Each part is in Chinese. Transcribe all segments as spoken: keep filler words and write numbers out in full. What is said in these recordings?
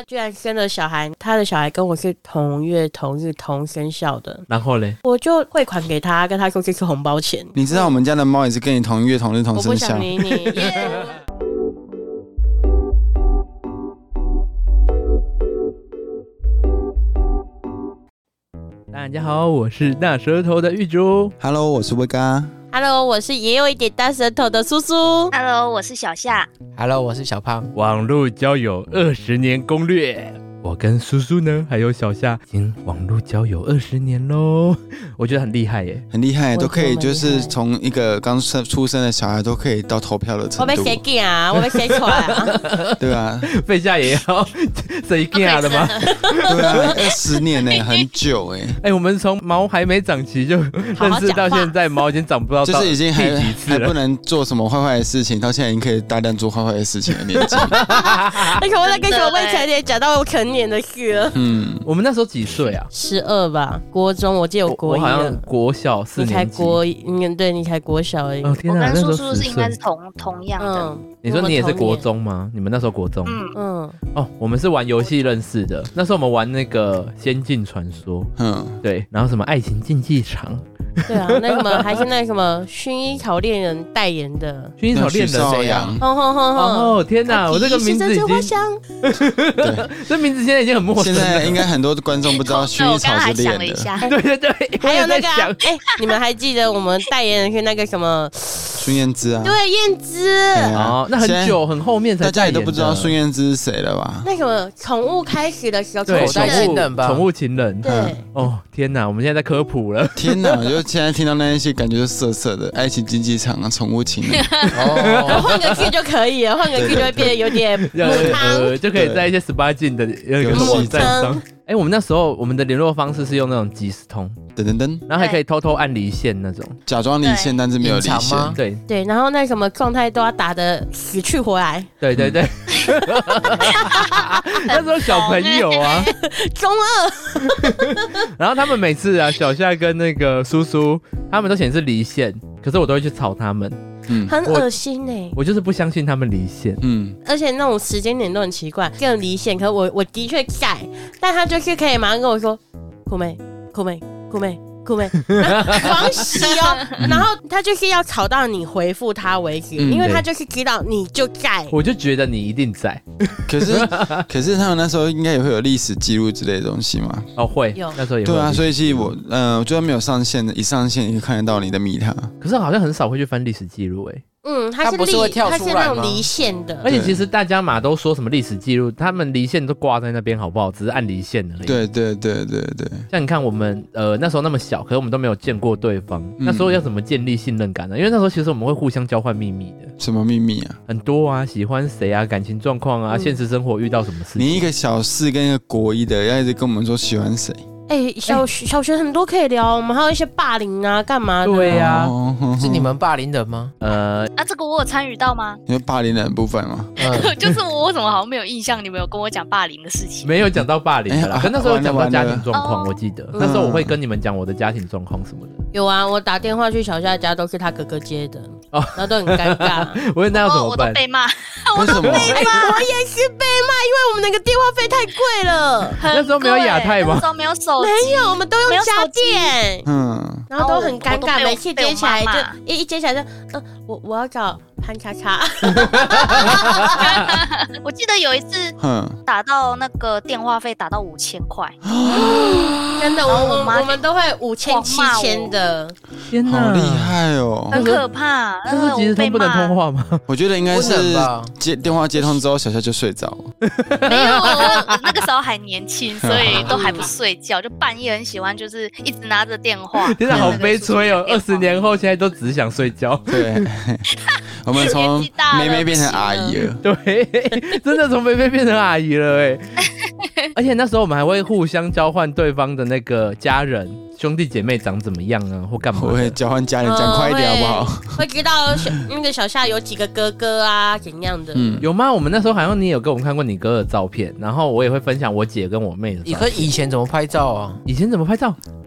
他居然生了小孩，他的小孩跟我是同月同日同生肖的， 然后嘞， 我就汇款给他，跟他说这是红包钱。 你知道我们家的猫也是跟你同月同日同生肖。 我不想理你。yeah 大家好，我是大舌头的玉竹。 Hello， 我是威嘎。 Hello， 我是也有一点大舌头的苏苏。 Hello， 我是小夏。 Hello， 我是小胖。 网络交友二十年攻略。我跟叔叔呢，还有小夏，已经网络交友二十年喽，我觉得很厉害耶， 很厉害，都可以，就是从一个刚出生的小孩都可以到投票的程度。 我被谁给啊？我被谁出来啊？ 对啊， 废下也要谁给啊的吗？ 对啊，二十年呢，很久哎。 哎，我们从毛还没长齐就认识到现在，毛已经长不到， 就是已经还第几次了， 还不能做什么坏坏的事情，到现在已经可以大量做坏坏的事情的年纪。 那可我在跟小未成年讲到我成年的事了。 嗯， 我们那时候几岁啊？ 十二吧，国中，我记得有国一了。 我好像国小四年级。 你才国一，嗯，对，你才国小而已。 哦天哪， 我跟叔叔是应该是同同样的。 嗯， 你说你也是国中吗？你们那时候国中？ 嗯嗯。 哦，我们是玩游戏认识的。那时候我们玩那个《仙境传说》。嗯，对，然后什么爱情竞技场。 对啊，那什么还是那什么薰衣草恋人代言的。 薰衣草恋人谁呀？哦天哪，我这个名字已经， 对， 这名字现在已经很陌生了。 现在应该很多观众不知道薰衣草是恋的。 对对对， 还有那个，哎，你们还记得我们代言人是那个什么？ 孙燕姿啊。 对，燕姿。 哦，那很久很后面才大家也都不知道孙燕姿是谁了吧？ 那什么宠物开始的时候， 对， 宠物情人吧， 宠物情人。 对。 哦天哪，我们现在在科普了。 天哪，我就现在听到那些感觉就涩涩的，爱情竞技场啊，宠物情人。 哦，换个剧就可以了，换个剧就会变得有点母汤， 就可以在一些十八禁的那个网站上。哎，我们那时候我们的联络方式是用那种即时通， 噔噔噔， 然后还可以偷偷按离线那种， 假装离线，但是没有离线。 对对，然后那什么状态都要打得死去活来。 对对对，那时候小朋友啊， 中二。 然后他们每次啊，小夏跟那个叔叔，他们都显示离线，可是我都会去吵他们。 嗯，很恶心哎、欸！ 我就是不相信他们离线，嗯， 而且那种时间点都很奇怪，更离线。可是我我的确在，但他就是可以马上跟我说，酷妹，酷妹，酷妹。酷妹，狂喜哦！然后他就是要吵到你回复他为止，嗯、因为他就是知道你就在。 我就觉得你一定在。 可是，可是他们那时候应该也会有历史记录之类的东西嘛？ 哦，会， 有那时候也会。 对啊，所以其实我，嗯、呃，我觉得没有上线的，一上线你就看得到你的密他。 可是好像很少会去翻历史记录哎。 嗯，它是不是会跳出来吗？ 它是那种离线的， 而且其实大家嘛都说什么历史记录，他们离线都挂在那边，好不好？只是按离线而已。 对对对对对。 像你看我们呃那时候那么小，可是我们都没有见过对方，嗯、那时候要怎么建立信任感呢？因为那时候其实我们会互相交换秘密的。 什么秘密啊？ 很多啊，喜欢谁啊，感情状况啊，嗯、现实生活遇到什么事情。 你一个小四跟一个国一的，要一直跟我们说喜欢谁？ 哎、欸，小学小学很多可以聊，我们还有一些霸凌啊，干嘛的？ 对呀、啊， 是你们霸凌人吗？ 呃，啊，这个我有参与到吗？ 你说霸凌人的部分吗？ 嗯、就是我，我怎么好像没有印象？你们有跟我讲霸凌的事情？ 没有讲到霸凌的啦，欸、可那时候有讲到家庭状况， 哦、 我记得、嗯、那时候我会跟你们讲我的家庭状况什么的。 有啊，我打电话去小夏家都是他哥哥接的，哦，然后都很尴尬。 我问那要怎么办？ 我都被骂， 我都被骂， 我也是被骂，因为我们那个电话费太贵了。 那时候没有亚太吗？ 那时候没有手机， 没有，我们都用家电。 嗯， 然后都很尴尬，每次接起来就一一接起来就，嗯，我我要找潘叉叉。 我记得有一次打到那个电话费打到五千块， 真的，我我我们都会五千七千的， 天哪， 好厉害哦， 很可怕。 但是即时通不能通话吗？ 我觉得应该是接电话接通之后，小夏就睡着。 没有，我那个时候还年轻，所以都还不睡觉，就半夜很喜欢，就是一直拿着电话。 真的好悲催哦！二十年后，现在都只想睡觉。 对，我们从妹妹变成阿姨了。 对，真的从妹妹变成阿姨了哎。而且那时候我们还会互相交换对方的那个家人。兄弟姐妹长怎么样啊，或干嘛？ 我会交换家人，讲快一点好不好？ 会知道那个小夏有几个哥哥啊，怎样的？ 嗯，有吗？我们那时候好像你有给我们看过你哥的照片，然后我也会分享我姐跟我妹的照片。 你和以前怎么拍照啊？ 以前怎么拍照？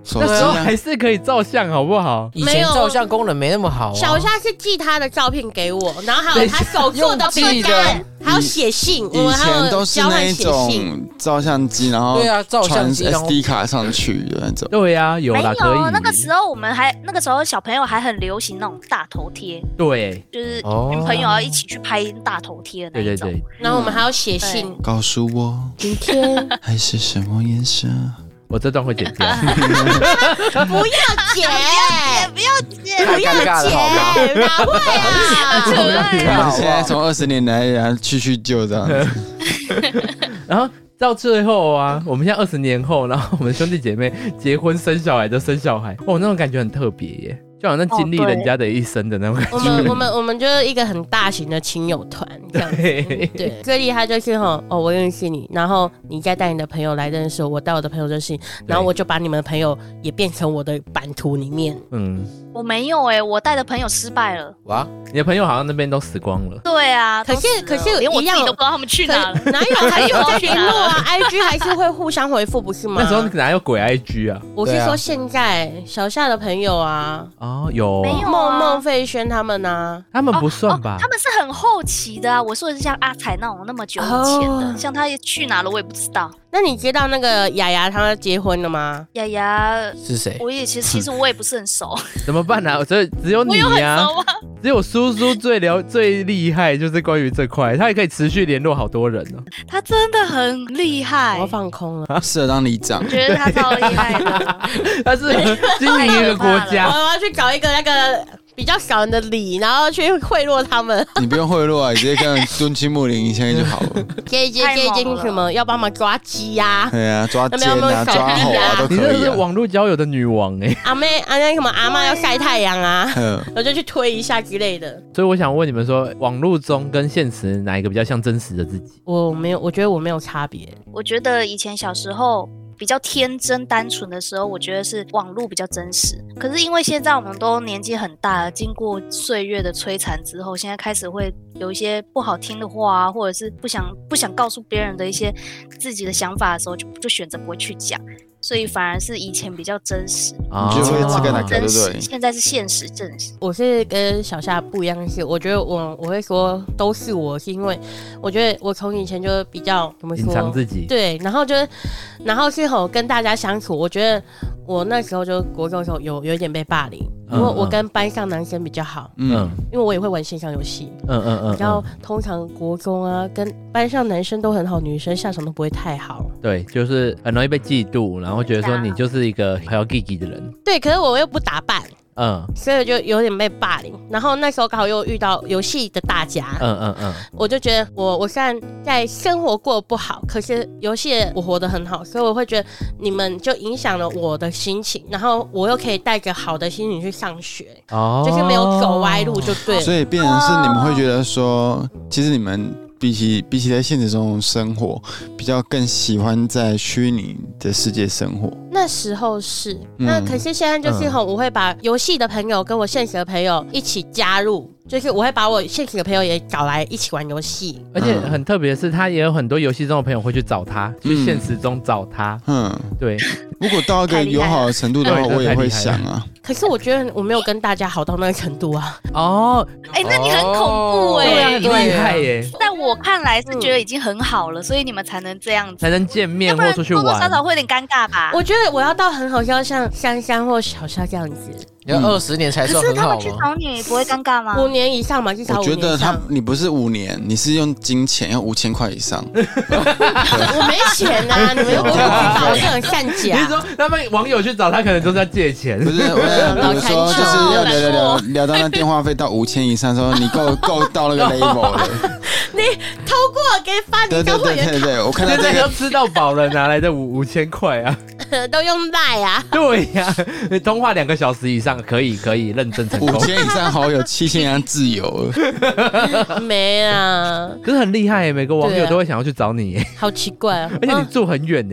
手那时候机啊还是可以照相，好不好？ 以前没有照相功能没那么好、啊。 小夏是寄他的照片给我，然后还有他手做的饼干，还有写信，我以们还前都有是那一交换写信。 种照相机，然后对啊，照相传机然后 S D 卡上去的那种。 对呀、啊，有没啦，可以。 有，那个时候我们还那个时候小朋友还很流行那种大头贴， 对就是哦女朋友要一起去拍大头贴的那一种。 对对对， 然后我们还要写信， 告诉我今天爱是什么颜色？ 我这段会剪掉。 不要剪， 不要剪， 太尴尬了，好吗？ 剪，哪会啊？ 可爱。 我们现在从二十年来然后去去旧这样子。 然后到最后啊，我们现在二十年后，然后我们兄弟姐妹结婚生小孩就生小孩，哦，那种感觉很特别耶，就好像经历人家的一生的那种感觉。 我们我们我们就是一个很大型的亲友团这样子。 对对，最厉害就是哈哦，我认识你，然后你再带你的朋友来认识我，我带我的朋友认识你，然后我就把你们的朋友也变成我的版图里面。 嗯， 我没有哎、我带的朋友失败了。 哇， 你的朋友好像那边都死光了。 对啊， 可是都死了可是连我自一样己都不知道他们去哪了。 哪有还有在联络啊？I G 还是会互相回复，不是吗？ 那时候哪有鬼 I G 啊？ 我是对啊说现在小夏的朋友啊， 哦，有， 没有梦梦费轩他们啊， 他们不算吧？ 哦？他们是很后期的啊，我说的是像阿彩那种那么久以前的， 哦像他去哪了我也不知道。 那你知道那个雅雅她结婚了吗？ 雅雅， 是谁？ 我也其实其实我也不是很熟， 怎么办呢、啊？所以只有你我有很呀、 熟吗？ 只有叔叔最了最厉害，就是关于这块，他也可以持续联络好多人哦。 他真的很厉我害要，放空了， 适合当里长我。觉得他超厉害的。 他是经营一个国我家， 我要去搞一个那个比较少人的礼，然后去贿赂他们。 你不用贿赂啊，你直接跟敦亲睦邻一下就好了。 可以接太可以接猛了什么？要帮忙抓鸡呀、 对啊，抓奸啊， 有没有有没有抓猴啊都你这是可以啊。 网络交友的女王哎、 阿妹啊，那什么阿妈要晒太阳啊， 嗯， 我就去推一下之类的。 所以我想问你们说，网络中跟现实哪一个比较像真实的自己？ 我没有，我觉得我没有差别。 我觉得以前小时候比较天真单纯的时候，我觉得是网络比较真实。可是因为现在我们都年纪很大了，经过岁月的摧残之后，现在开始会有一些不好听的话啊，或者是不想不想告诉别人的一些自己的想法的时候，就就选择不会去讲。所以反而是以前比较真实， 啊你觉得会这个哪个真对不对？ 实现在是现实真实。 我是跟小夏不一样的是，我觉得我我会说都是我，是因为我觉得我从以前就比较怎么隐藏说， 自己， 对，然后就是然后是吼跟大家相处，我觉得我那时候就国中的时候有有一点被霸凌，因为我跟班上男生比较好， 嗯嗯， 因为我也会玩线上游戏， 嗯嗯嗯， 然后嗯通常国中啊跟班上男生都很好，女生下场都不会太好。 对，就是很容易被嫉妒，然后觉得说你就是一个很有 geek 的人， 对，可是我又不打扮， 嗯所以就有点被霸凌。然后那时候刚好又遇到游戏的大家， 嗯嗯嗯， 我就觉得我我虽然在生活过得不好，可是游戏我活得很好，所以我会觉得你们就影响了我的心情，然后我又可以带着好的心情去上学， 哦， 就是没有走歪路就对了。 所以变成是你们会觉得说，其实你们比起比起在现实中生活，比较更喜欢在虚拟的世界生活。 那时候是， 嗯那可是现在就是吼，我会把游戏的朋友跟我现实的朋友一起加入，就是我会把我现实的朋友也找来一起玩游戏。 而且很特别的是，他也有很多游戏中的朋友会去找他，去嗯现实中找他。 嗯， 对， 如果到一个友好的程度的话， 对我也会想啊。 可是我觉得我没有跟大家好到那个程度啊。 哦， 哎、那你很恐怖哎、 对啊，很对厉害耶， 在我看来是觉得已经很好了，所以你们才能这样子， 才能见面要不然或出去多多少玩。 少会有点尴尬吧。 我觉得我要到很好笑，像珊珊或小夏这样子， 要二十年才可算很好是他们去吗？ 找你不会尴尬吗？ 五年以上嘛，至少我觉五年以上。 得他你不是五年，你是用金钱，要五千块以上。 我没钱啊，你们又不是知道我这种善你是假。 说他们网友去找他，可能都是要借钱不？是，我比如说就是要聊聊聊聊到那电话费到五千以上的时候，你够够到那个 level 了。 你偷过给发你对对当会员对对对，我看到现在这个， 都吃到饱了，哪来的五五千块啊？ 卡都用赖啊。 对呀、你通话两个小时以上可以可以认证成功五，千以上好友，七千人自由了。 没啊， 可是很厉害耶，每个网友对啊都会想要去找你耶， 好奇怪啊。 而且你嗯住很远呢。 对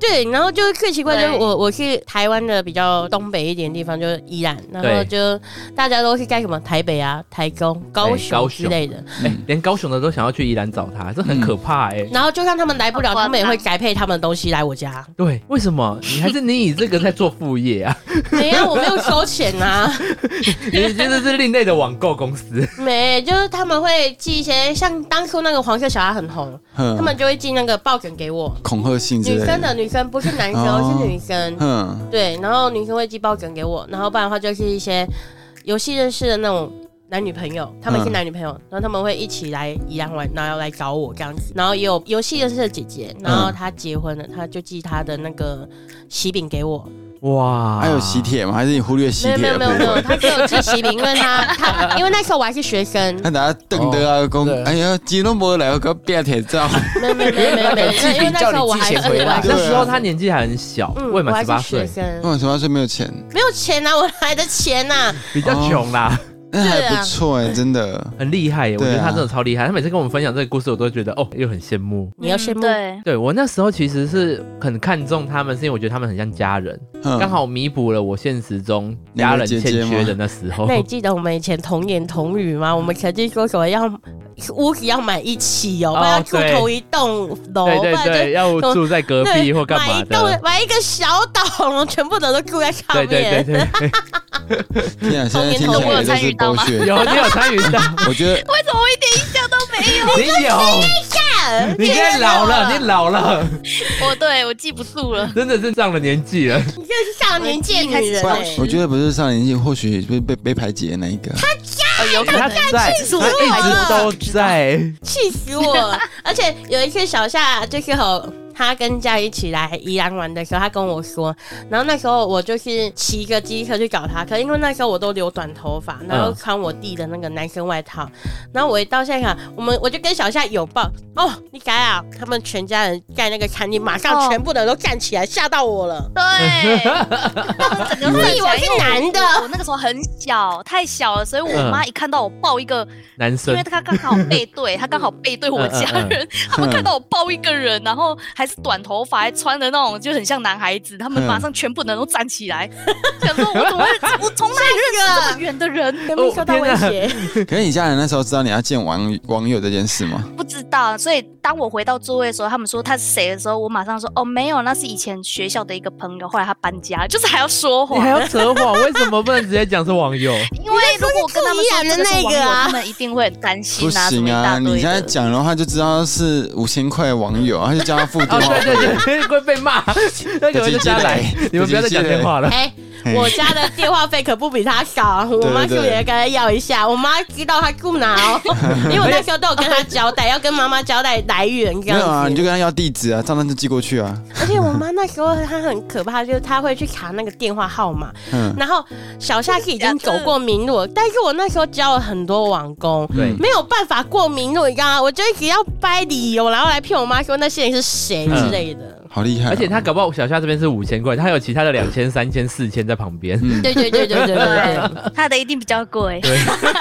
对，然后就最奇怪就是对我我是台湾的比较东北一点的地方，就是宜兰，然后就大家都是在什么台北啊、台中、高高雄雄之类的， 哎、连高雄的都想要去宜兰找他，这很可怕哎、 然后就算他们来不了， 好夸张他们也会改配他们的东西来我家。 对，为什么？你还是你以这个在做副业啊？ 没有，我没有收钱啊， 你真的是另类的网购公司。 没，就是他们会寄一些，像当初那个黄色小鸭很红， 他他们就会寄那个抱枕给我， 恐吓性之类女生的女生不是男生， 哦是女生。 嗯， 对，然后女生会寄抱枕给我，然后不然的话就是一些游戏认识的那种男女朋友，他们是男女朋友，然后他们会一起来宜兰玩，然后来找我这样子。然后也有游戏认识的姐姐，然后她结婚了，她就寄她的那个喜饼给我。 哇， 还有喜帖吗？还是你忽略喜没有帖的部没有没有没有， 分？ 她只有寄喜饼，因为她她因为那时候我还是学生， 他大家瞪的啊，讲对哎呀，基隆没来，我给别贴照。 没有没有没有没有没有，因为那时候我还是寄饼叫你寄钱回来我还是那时候他年纪还很小， 嗯， 未我还满十八岁， 是学生， 为什么岁没有钱？ 没有钱啊，我来的钱呐。 比较穷啦， 那还不错哎，真的。 很厉害耶！我对啊觉得他真的超厉害。他每次跟我们分享这个故事，我都会觉得哦，又很羡慕。 你要羡慕， 对， 对我那时候其实是很看重他们，是因为我觉得他们很像家人， 嗯刚好弥补了我现实中家人欠缺的那时候。 那你记得我们以前童言童语吗？我们曾经说什么要屋子要买一起哦， 哦不然要住对同一栋楼， 对对不然对，要住在隔就壁或干买嘛一栋的。 买一个小岛，全部的都住在上对面。 对对对， 天啊，现在听起来都是剥削。 有你有参与到， 我觉得为什么我一点印象都没有？ 你有，你现在老了，你老了， 我对我记不住了。 真的是上了年纪了。 你这是上年纪的女人不然欸我觉得不是上年纪，或许被被被排挤的那一个。 哦，有可他能在， 是我他一直都在。 气死我了！而且有一次小夏就是吼。他跟家一起来宜兰玩的时候，他跟我说，然后那时候我就是骑个机车去找他，可是因为那时候我都留短头发，然后穿我弟的那个男生外套，然后我一到现场，我们我就跟小夏拥抱，哦，你改啊！他们全家人在那个餐厅，马上全部的人都站起来，吓到我了。 对，整个以为我是男的我那个时候很小，太小了，所以我妈一看到我抱一个，因男生为她刚好背对，她刚好背对我家人，他们看到我抱一个人，然后还是短头发，还穿的那种就很像男孩子，他们马上全部人都站起来，想说我怎么会，我从哪里认识这么远的人？ 有没有受到威胁？ 可是你家人那时候知道你要见网网友这件事吗？ 不知道，所以当我回到座位的时候，他们说他是谁的时候，我马上说哦没有，那是以前学校的一个朋友，后来他搬家，就是还要说谎你还。要扯谎，为什么不能直接讲是网友？ 因为如果我跟他们说这个是网友， 你说是故意的那个啊他们一定会很担心不啊，什么行啊！ 一大堆的。 你现在讲的话就知道是五千块网友，他就叫他付电哦， 话对对对，会被骂。那个就加来，你们不要再讲电话了。 哎、我家的电话费可不比他少，我妈是不是也跟他要一下？我妈知道他住哪哦，因为我那时候都有跟他交代，要跟妈妈交代来源这样子。 没有啊，你就跟他要地址啊，账单就寄过去啊。 而且我妈那时候她很可怕，就是她会去查那个电话号码， 嗯， 然后小夏是已经走过明路了，但是我那时候教了很多网工， 对没有办法过明路，你知道吗？我就一直要掰理由，然后来骗我妈说那些人是谁之类的。 好厉害哦！ 而且他搞不好小夏这边是五千块，他还有其他的两千、三千、四千在旁边。 嗯， 对对对对对对对。 他的一定比较贵， 对，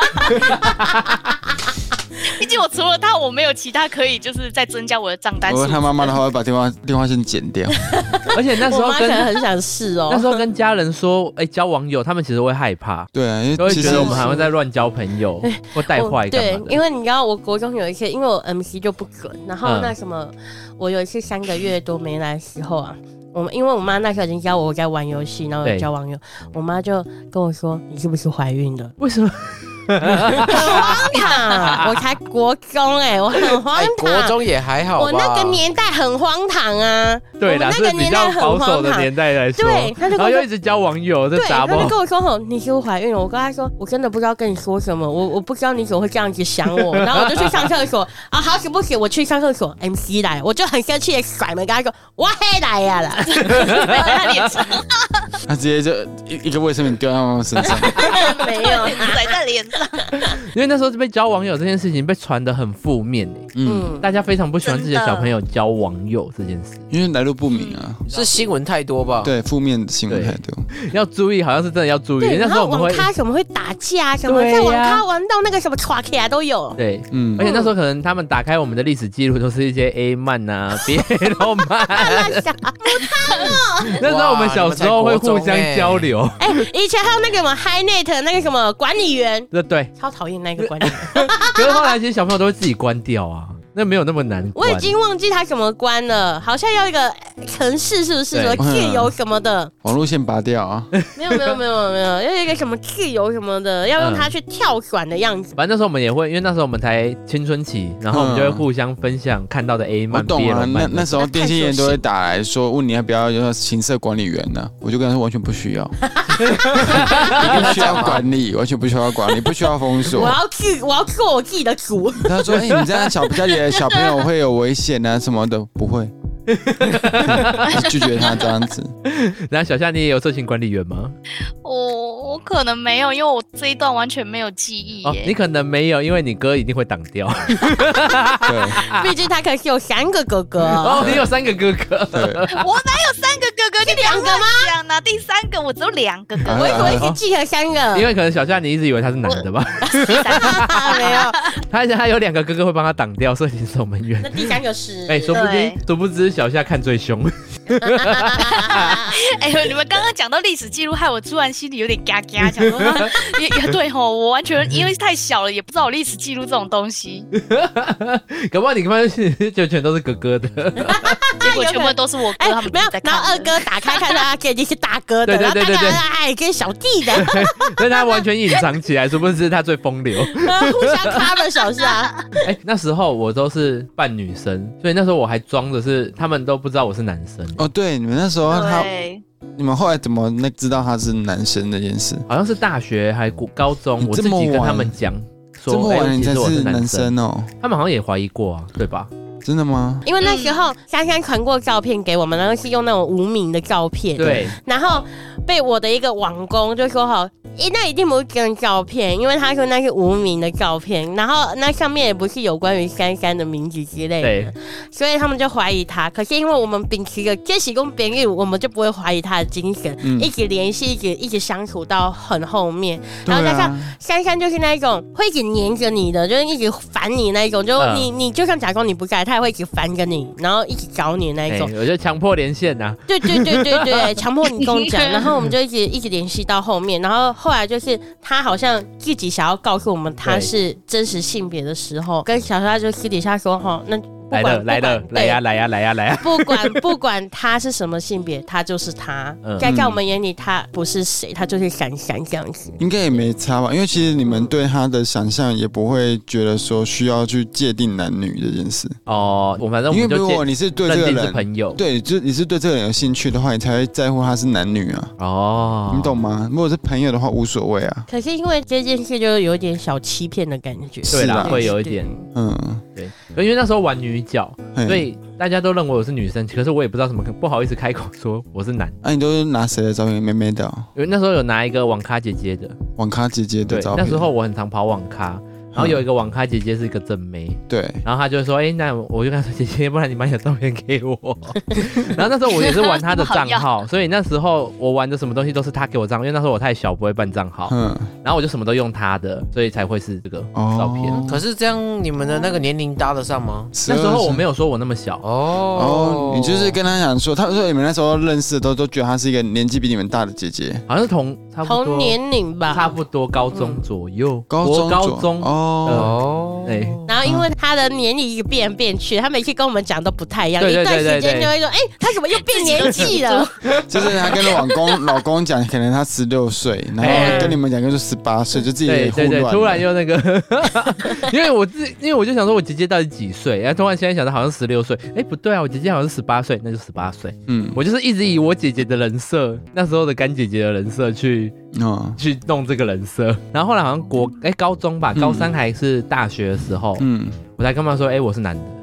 毕竟我除了他，我没有其他可以就是再增加我的账单数。 我他妈妈的话会把电话电话线剪掉。 而且那时候我妈可能跟很想试哦。 那时候跟家人说，哎，交网友，他们其实会害怕， 对啊，因都会为其实觉得我们还会在乱交朋友或带坏干对嘛，的。 因为你知道，我国中有一次，因为我 M C 就不准，然后嗯那什么，我有一次三个月都没来的时候啊，我们因为我妈那时候已经教我在玩游戏，然后有交网友，我妈就跟我说：“你是不是怀孕了为什么？？” 很荒唐，我才国中哎、我很荒哎， 唐。 国中也还好吧。 我那个年代很荒唐啊， 对啦， 我们是比较那个年代很保守的荒唐。 年代来说， 对他就跟我说然后又一直交网友，这对， 杂包他就跟我说：“吼，你是不是怀孕了？”我跟他说：“我真的不知道跟你说什么，我我不知道你怎么会这样子想我。”然后我就去上厕所啊，好死不死，我去上厕所 ，M C 来，我就很生气的甩门跟他说：“我黑来呀啦！” 在他脸上， 他直接就一一个卫生棉丢在妈妈身上， 没有， 甩在脸上。 因为那时候被交网友这件事情被传得很负面、欸、 嗯， 大家非常不喜欢自己的小朋友交网友这件事， 因为来路不明啊， 是新闻太多吧？ 对，负面的新闻太多， 要注意，好像是真的要注意。 对， 那然后网时候我们会咖什么会打架，什么对呀在网咖玩到那个什么抓起来都有。 对， 嗯而且那时候可能他们打开我们的历史记录，都是一些 A 漫啊、B L 漫。那时候我们小时候会互相交流。 哎、以前还有那个什么 HiNet 那个什么管理员， 对对， 超讨厌那个管理员。 可是后来其实小朋友都会自己关掉啊，那没有那么难关。 我已经忘记他怎么关了，好像要一个程式，是不是？ 对什么自由什么的？ 网路线拔掉啊， 没有没有没有没有，要一个什么自由什么的，要用它去跳转的样子。 反正那时候我们也会，因为那时候我们才青春期，然后我们就会互相分享看到的 A 我漫、 懂 B 啊， L 那漫。 那时候电信业都会打来说，问你要不要要情色管理员呢？我就跟他说完全不需要，不需要管理，完全不需要管理，不需要封我锁。 要自我要做我自己的主。 他说：“哎、你这样小家里的小朋友会有危险啊什么的，不会。”拒绝他这样子。 然后小夏，你也有色情管理员吗？ 我我可能没有，因为我这一段完全没有记忆哦， 耶。 你可能没有，因为你哥一定会挡掉。 对毕竟他可是有三个哥哥。 哦，你有三个哥哥。 对， 我哪有三个哥哥？你两个吗？讲呢，第三个我只有两个哥啊我以哥。 为是记了三个， 因为可能小夏你一直以为他是男的吧？ 没有。 他他有两个哥哥会帮他挡掉色情守门员那。第三个是， 哎、说不定对殊不知小夏看最凶。 哎呦，你们刚刚讲到历史记录，害我突然心里有点嘎嘎，想说也也对吼，我完全因为太小了，也不知道有历史记录这种东西， 搞不好你发现就全都是哥哥的。 结果全部都是我哥哎他们没有在， 然后二看的。 哥打开看到他肯定是大哥的， 对对对对对然后大哥哎跟小弟的， 所以他完全隐藏起来，殊不知他最风流。 然后互相 cover 小夏。 哎、那时候我都是扮女生，所以那时候我还装的是他们都不知道我是男生， 哦，对，你们那时候他， 对， 你们后来怎么那知道他是男生这件事？ 好像是大学还高高中，我自你这么己跟他晚们讲说， 这么哎晚你才其实我是男男生哦？ 他们好像也怀疑过啊，对吧？ 真的吗？ 因为那时候珊珊传过照片给我们，然后是用那种无名的照片， 对， 然后被我的一个网工就说好，诶，那一定不是真的照片，因为他说那是无名的照片，然后那上面也不是有关于珊珊的名字之类对的，所以他们就怀疑他。可是因为我们秉持着这是跟别人，我们就不会怀疑他的精神， 嗯一直联系，一直一直相处到很后面，然后对啊加上珊珊就是那一种会一直黏着你的，就是一直烦你那一种，就嗯你、你就算假装你不在，他也会一直烦着你，然后一直找你的那一哎、 种。 我就强迫连线呐、啊。 对对对对对，强迫你跟我讲，然后我们就一直一直联系到后面，然后后来就是他好像自己想要告诉我们他是真实性别的时候，跟小夏就私底下说哈，那不来管了来了不管来呀来呀来呀来呀！ 不管不管他是什么性别，他就是他， 嗯在在我们眼里他不是谁，他就是闪闪这样子。 应该也没差吧，因为其实你们对他的想象也不会觉得说需要去界定男女这件事， 哦，我反正我因为们就见如果你是对这个认定是人， 朋友。 对，就你是对这个人有兴趣的话，你才会在乎他是男女啊， 哦， 你懂吗？如果是朋友的话，无所谓啊。 可是因为这件事就有点小欺骗的感觉， 对啦， 是啊会有一点嗯， 对，因为那时候玩女角， 嘿所以大家都认为我是女生，可是我也不知道怎么不好意思开口说我是男， 啊，你都是拿谁的照片？妹妹的哦、 因为那时候有拿一个网咖姐姐的， 网咖姐姐的对， 照片。 那时候我很常跑网咖。然后有一个网咖姐姐是一个正妹， 对， 然后她就说：“哎、那我就跟她说，姐姐，不然你把你的照片给我。”然后那时候我也是玩她的账号，所以那时候我玩的什么东西都是她给我账号，因为那时候我太小不会办账号， 嗯， 然后我就什么都用她的，所以才会是这个照片。 哦可是这样你们的那个年龄搭得上吗？ 那时候我没有。 有说我那么小， 哦哦，你就是跟他讲说，他说你们那时候认识的都都觉得她是一个年纪比你们大的姐姐， 好像是同差不多同年龄吧， 差不多高中左右， 高中国高左中哦， 哦， 对然后因为他的年龄一直变来变去，他每次跟我们讲都不太一样， 对对一段时对对对间就会说，哎、他怎么又变年纪了？ 就是他跟老公老公讲，可能他十六岁，然后跟你们讲就是十八岁，就自己对对对， 也胡乱了。 突然又那个，因为我自因为我就想说我姐姐到底几岁，然后突然现在想到好像十六岁，哎不对啊，我姐姐好像是十八岁，那就十八岁。 嗯， 我就是一直以我姐姐的人设，那时候的干姐姐的人设去哦， 去弄这个人设，然后后来好像国哎高中吧， 嗯高三还是大学的时候， 嗯， 我才跟妈说，哎我是男的，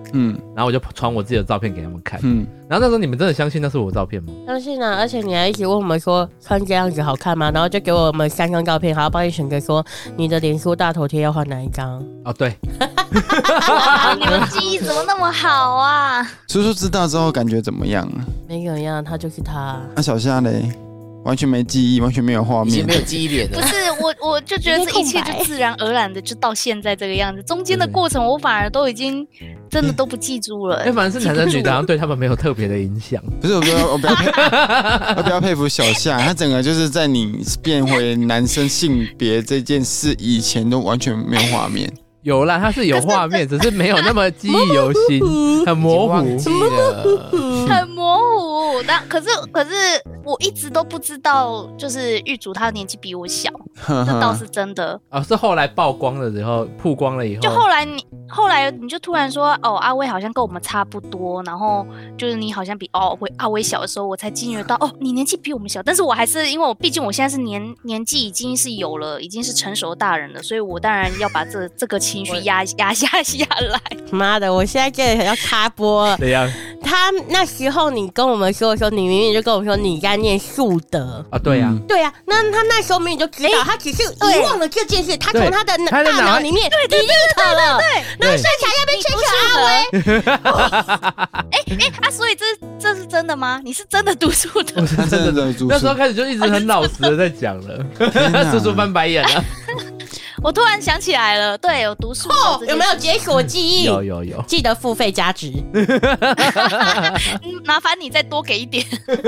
嗯然后我就传我自己的照片给他们看。 嗯， 然后那时候你们真的相信那是我的照片吗？ 相信啊，而且你还一直问我们说穿这样子好看吗？然后就给我们三张照片，还要帮你选择说你的脸书大头贴要换哪一张。 哦，对， 哇，你们记忆怎么那么好啊？ 叔叔知道之后感觉怎么样啊？ 没怎么样，他就是他。 那小夏嘞，完全没记忆，完全没有画面已经没。有记忆点了。 不是我，我就觉得这一切就自然而然的就到现在这个样子，中间的过程我反而都已经真的都不记住了、 因为反正是男生女的，好像对他们没有特别的影响。 不是我不要，我不要佩，我不要佩服小夏，他整个就是在你变回男生性别这件事以前都完全没有画面。 有啦，它是有画面，只是没有那么记忆犹新，很模糊。 已经忘记了。 很模糊。但可是可是我一直都不知道，就是狱主他年纪比我小，这倒是真的。 哦，是后来曝光了之后，曝光了以后， 就后来你后来你就突然说，哦，阿威好像跟我们差不多，然后就是你好像比哦威阿威小的时候，我才惊觉到，哦，你年纪比我们小，但是我还是因为我毕竟我现在是年年纪已经是有了，已经是成熟大人了，所以我当然要把这这个情绪压压下下来。 妈的，我现在真的要插播了。 怎样他那时候你跟我们说的时候，你明明就跟我说你在念树德。 啊？对呀、啊， 对啊，那他那时候明明就知道，他只是遗忘了这件事，他从他的他的脑大脑里面 delete 了，然后剩下要不要check阿威？ 哎哎啊，所以这这是真的吗？你是真的读书的？ 他真的在读书那时候开始就一直很老实的在讲了， 哪叔叔翻白眼了。 我突然想起来了，对，有读书的哦这，件有没有事解锁记忆？ 有有有， 记得付费加值。 嗯麻烦你再多给一点。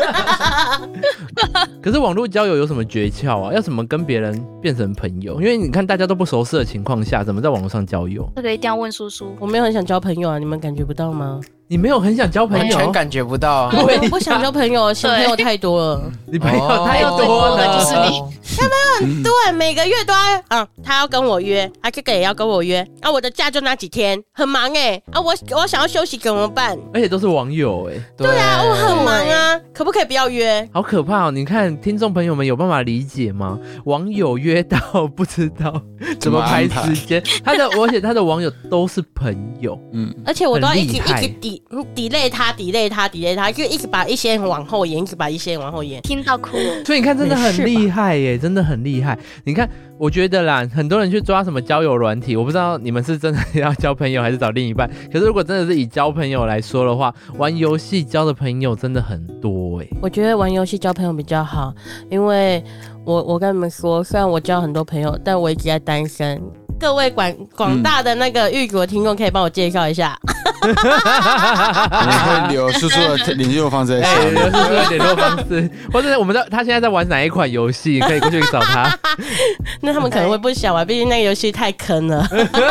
可是网络交友有什么诀窍啊？要怎么跟别人变成朋友？因为你看大家都不熟识的情况下，怎么在网络上交友？ 这个一定要问叔叔。 我没有很想交朋友啊，你们感觉不到吗？ 你没有很想交朋友完全，感觉不到啊。 我不想交朋友，新朋友太多了。 你朋友太哦最多多的了， 就是你嗯对，每个月都要，嗯，他要跟我约，啊，这个也要跟我约，啊，我的假就那几天，很忙哎、啊，我我想要休息怎么办？ 而且都是网友哎、 对啊，我很忙啊，可不可以不要约？ 好可怕哦！你看，听众朋友们有办法理解吗？网友约到不知道怎么排时间，他的而且他的网友都是朋友， 嗯， 而且我都要一直一很厉害直抵 delay 他 delay 他 delay 他，就一直把一些人往后延，一直把一些人往后延。 听到哭了。 所以你看真的很厉害耶，真的很厉害。你看，我觉得啦，很多人去抓什么交友软体，我不知道你们是真的要交朋友还是找另一半。可是如果真的是以交朋友来说的话，玩游戏交的朋友真的很多哎。 我觉得玩游戏交朋友比较好，因为我我跟你们说，虽然我交很多朋友，但我一直在单身。各位广广大的那个玉国听众，可以帮我介绍一下。 我们会留叔叔的联络方式在下哎， 面。 刘叔叔的联络方式，或者我们在他现在在玩哪一款游戏，可以过去找他。 那他们可能会不想玩，毕竟那个游戏太坑了。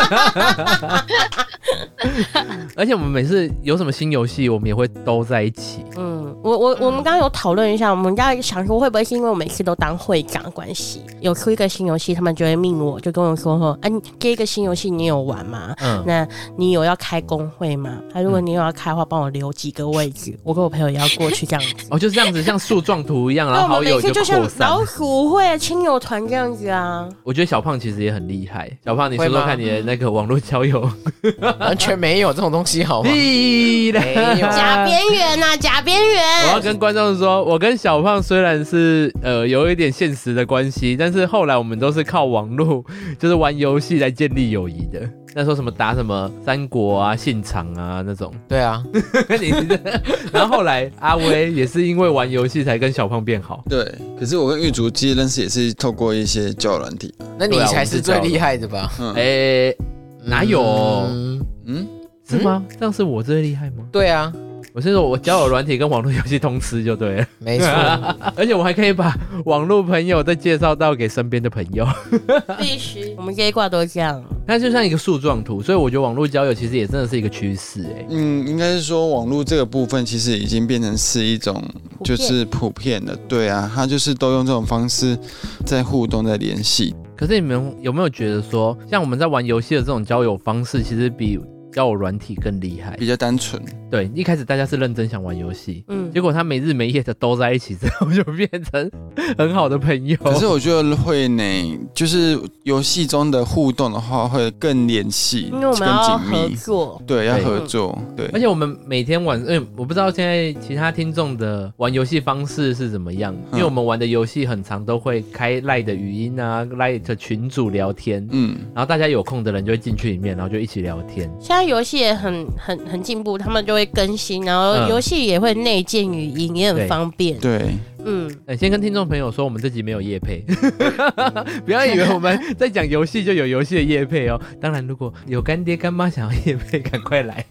而且我们每次有什么新游戏，我们也会都在一起。 嗯，我我我们刚刚有讨论一下，我们在想说会不会是因为我每次都当会长的关系，有出一个新游戏，他们就会命我，就跟我说说，啊，你这个新游戏你有玩吗？ 嗯， 那你有要开工会吗？啊，如果你有要开的话，帮我留几个位置，我跟我朋友也要过去这样子。 哦，就是这样子，像树状图一样，然那我后好友们每次就像扩散老。鼠会、亲友团这样子啊。 我觉得小胖其实也很厉害。小胖，你说会吗说看你的那个网络交友。 完全没有这种东西，好吗？ 屁啦没有假边缘呐，假边我要缘。 跟观众说，我跟小胖虽然是呃有一点现实的关系，但是后来我们都是靠网络，就是玩游戏来建立友谊的。那时候什么打什么三国啊、信长啊那种， 对啊， 你然后后来阿威也是因为玩游戏才跟小胖变好。 对，可是我跟玉竹其实认识也是透过一些交友软体。 那你才是最厉害的吧？ 嗯， 哎、哪有？ 嗯嗯， 是吗？这样是我最厉害吗？ 对啊， 我是说我交友软体跟网络游戏通吃就对了， 没错。 而且我还可以把网络朋友再介绍到给身边的朋友。 必须，我们这一挂都这样。 它就像一个树状图，所以我觉得网络交友其实也真的是一个趋势哎。 嗯，应该是说网络这个部分其实已经变成是一种普遍就是普遍的，对啊，它就是都用这种方式在互动、在联系。 可是你们有没有觉得说，像我们在玩游戏的这种交友方式，其实比交友软体更厉害， 比较单纯。 对，一开始大家是认真想玩游戏， 嗯， 结果他没日没夜的都在一起之后，就变成很好的朋友。 可是我觉得会呢，就是游戏中的互动的话，会更联系， 因为我们更要紧密。 合作， 对，要对合作。对， 而且我们每天晚，因为我不知道现在其他听众的玩游戏方式是怎么样，因为我们玩的游戏很常都会开 LINE 的语音啊 ，LINE 的群组聊天， 嗯， 然后大家有空的人就会进去里面，然后就一起聊天。 现在游戏也很很很进步，他们就会更新，然后嗯游戏也会内建语音，也对很方便。 对， 嗯， 呃先跟听众朋友说，我们这集没有业配，不要以为我们在讲游戏就有游戏的业配哦。当然，如果有干爹干妈想要业配，赶快来。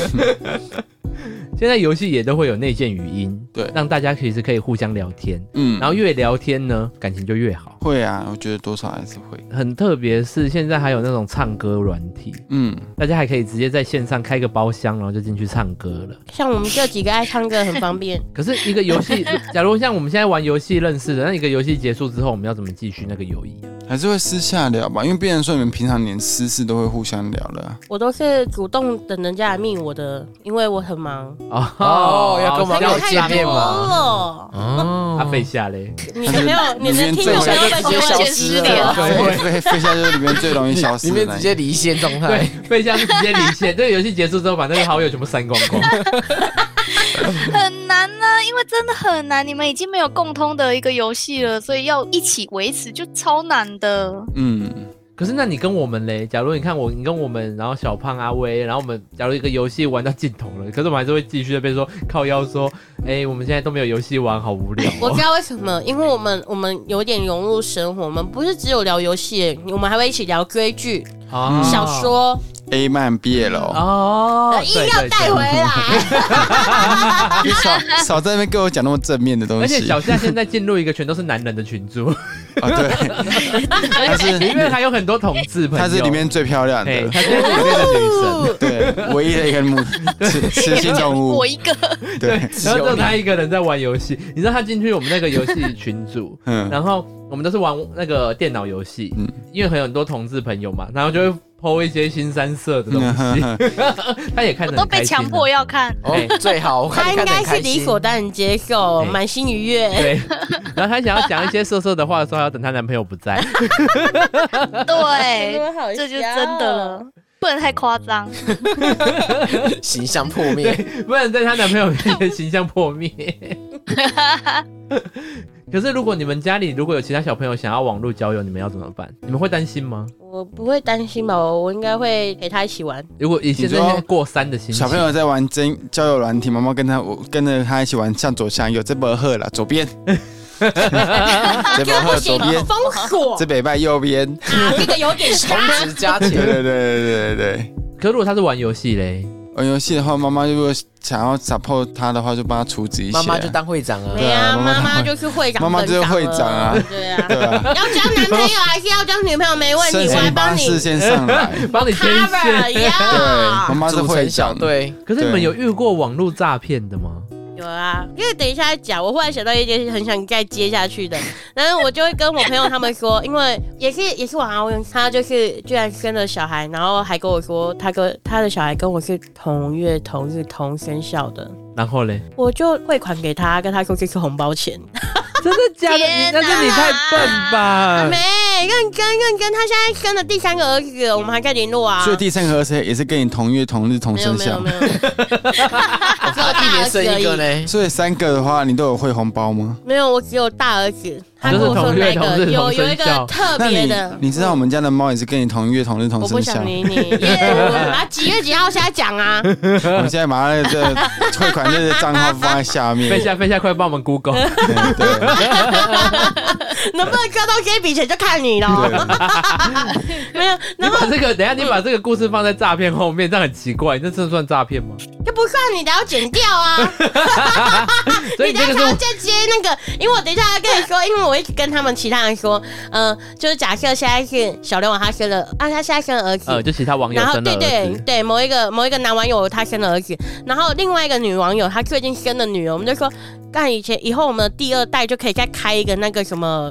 现在游戏也都会有内建语音， 对让大家其实可以互相聊天， 嗯， 然后越聊天呢，感情就越好。 会啊，我觉得多少还是会。 很特别是现在还有那种唱歌软体， 嗯， 大家还可以直接在线上开个包厢，然后就进去唱歌了。 像我们这几个爱唱歌很方便。 可是一个游戏，假如像我们现在玩游戏认识的，那一个游戏结束之后，我们要怎么继续那个友谊啊？ 还是会私下聊吧，因为别人说你们平常连私事都会互相聊了啊。 我都是主动等人家来密我的，因为我很忙。 哦要跟我们要要见面吗吗？ 哦， 他飞下嘞， 你的朋友，你的听众朋友们就消会失了失联。 对，飞飞下就是里面最容易消失里的那一个， 面直接离线状态对，，飞向直接离线。这个游戏结束之后，把那个好友全部删光光。 很难啊，因为真的很难。你们已经没有共通的一个游戏了，所以要一起维持就超难的。 嗯， 可是那你跟我们嘞？假如你看我，你跟我们，然后小胖阿威，然后我们假如一个游戏玩到尽头了，可是我们还是会继续在那边说靠腰说，哎、我们现在都没有游戏玩，好无聊、哦。 我知道为什么，因为我们我们有点融入生活，我们不是只有聊游戏，我们还会一起聊追剧、 啊小说， A 漫 B L， 哦， 硬要带回来。 你少少在那边跟我讲那么正面的东西。 而且小夏现在进入一个全都是男人的群组， 啊，对，她是里面还有很多同志朋友， 她是里面最漂亮哎， 的， 她现在是里面的女神。 对，唯一的一个母雌雌性动物我。一个， 对， 然后只有他一个人在玩游戏，你知道他进去我们那个游戏群组， 嗯， 然后我们都是玩那个电脑游戏， 嗯因为很多同志朋友嘛，然后就会 po 一些新三色的东西，他也看我得很开心啊都被强迫要看。 哦，最好，我看他应你看得该是理很开心。 所当然接受， 哎满心愉悦。 对，然后他想要讲一些色色的话的时候，还要等她男朋友不在。 对，这就真的了，不能太夸张。 形象破灭， 不然在她男朋友面前形象破灭。可是如果你们家里如果有其他小朋友想要网络交友，你们要怎么办？你们会担心吗？ 我不会担心吧，我我应该会陪他一起玩。 如果以现在你说现在过三的心情， 小朋友在玩真交友软体，妈妈跟他我跟着他一起玩，向左向右，这边喝了左边，这边喝左边， 封锁这北拜右边， 啊，这个有点同杀。 时加钱， 对对对对对对。 可是如果他是玩游戏嘞， 玩游戏的话，妈妈如果想要 support 他的话，就帮他处置一些。 妈妈就当会长啊。 对啊， 妈妈妈妈就是会长， 妈妈就是会长啊对啊。 对啊， 要交男朋友还是要交女朋友没问题， 申我还请巴帮你士先上来。 帮你牵 cover 线。 对， 呀妈。妈是会组成小长。 队， 可是你们有遇过网络诈骗的吗？ 有啊，因为等一下再讲，我忽然想到一件很想再接下去的，然后我就会跟我朋友他们说，因为也是也是网奥运，他就是居然生了小孩，然后还跟我说他跟他的小孩跟我是同月同日同生肖的， 然后嘞， 我就汇款给他，跟他说这是红包钱。 真的假的？你天哪那是你太笨吧？ 没认真认真，他现在生了第三个儿子了，我们还在联络啊。 所以第三个儿子也是跟你同月同日同没有生肖没有没。有，只有一年大儿子而已。 生一个呢。 所以三个的话，你都有汇红包吗？ 没有，我只有大儿子。他就是跟我说同月那个同日同有有一生肖个特那你别的， 你知道我们家的猫也是跟你同月同日同我不生肖想。理你。耶，啊，几月几号现在讲啊？ 我们现在马上这个汇款这个账号放在下面。 飞下飞下，快帮我们 Google。 对对能不能割到这笔钱就看你了。没有， 你然后把这个，等一下你把这个故事放在诈骗后面，这样很奇怪，这真的算诈骗吗？ 就不算你的要剪掉啊。 所以你等一下要这个是再接那个，因为我等一下要跟你说，因为我会跟他们其他人说，呃，就是假设现在是小刘他生了，啊，他现在生了儿子， 呃，就其他网友然后生了对儿子， 对对，某一个某一个男网友他生了儿子，然后另外一个女网友她最近生了女儿，我们就说，干以前以后我们的第二代就可以再开一个那个什么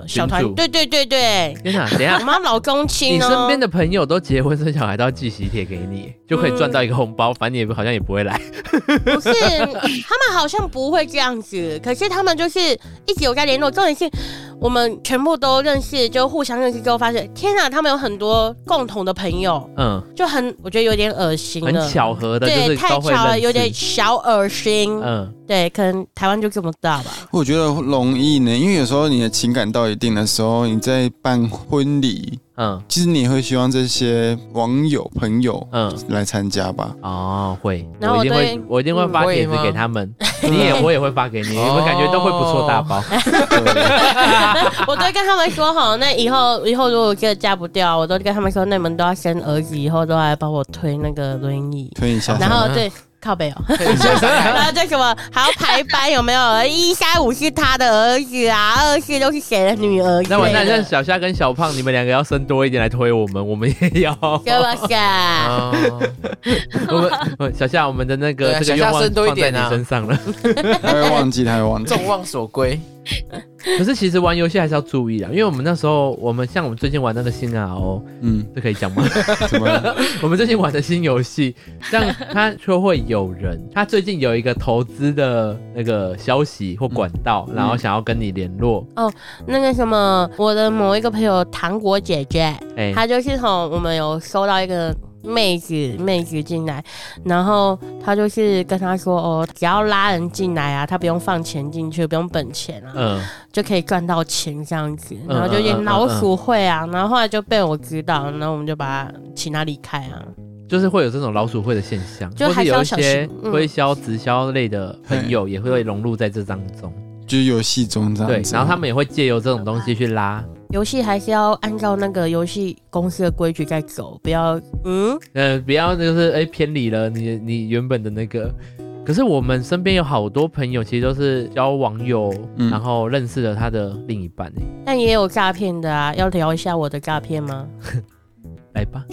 个小团群组， 对对对对， 天哪，等一下我，们要老公亲你哦。 身边的朋友都结婚生小孩，都要寄喜帖给你，就可以赚到一个红包，反正你也好像也不会来。 不是，他们好像不会这样子，可是他们就是一直有在联络。重点是我们全部都认识，就互相认识之后发现，天啊，他们有很多共同的朋友， 嗯， 就很我觉得有点恶心了， 很巧合的，就对， 是太都会巧了， 认识有点小恶心。 嗯， 对，可能台湾就这么大吧。 我觉得容易呢，因为有时候你的情感到一定的时候，你在办婚礼， 嗯其实你也会希望这些网友朋友嗯， 来参加吧。 哦，会， 然后我一定会我对， 我一定会发帖子会吗给他们，你也我也会发给你，你们感觉都会不错大包。 我都会跟他们说好，那以后以后如果我真的嫁不掉，我都跟他们说，那你们都要生儿子，以后都来帮我推那个轮椅， 推一下， 然后对。靠北哦，然后这什么还要排班有没有？一三五是他的儿子啊，二四都是谁的女儿？ 那我那那小夏跟小胖，你们两个要生多一点来推我们，我们也要。 对吧？ 哦， 我们我小夏，我们的那个对啊这个愿望小夏生多一放在你点啊身上了。 他会忘记，他会忘记。 众望所归。 可是其实玩游戏还是要注意啊，因为我们那时候，我们像我们最近玩那个新 R O， 嗯， 这可以讲吗？ 怎么了？ 我们最近玩的新游戏，像他就会有人，他最近有一个投资的那个消息或管道， 嗯然后想要跟你联络， 那个什么，我的某一个朋友糖果姐姐， 哎、 她就是从我们有收到一个妹子妹子进来，然后她就是跟她说哦，只要拉人进来啊，她不用放钱进去，不用本钱啊， 嗯， 就可以赚到钱这样子， 嗯然后就有点老鼠会啊，然后后来就被我知道，然后我们就把她请她离开啊。 就是会有这种老鼠会的现象， 就或是有一还是要小心些嗯推销、直销类的朋友也会融入在这当中， 就是游戏中这对样，子。 然后他们也会借由这种东西去拉， 游戏还是要按照那个游戏公司的规矩在走，不要嗯， 呃，不要就是哎、偏离了你你原本的那个。可是我们身边有好多朋友，其实都是交网友， 嗯然后认识了他的另一半、欸、 但也有诈骗的啊，要聊一下我的诈骗吗？ 来吧，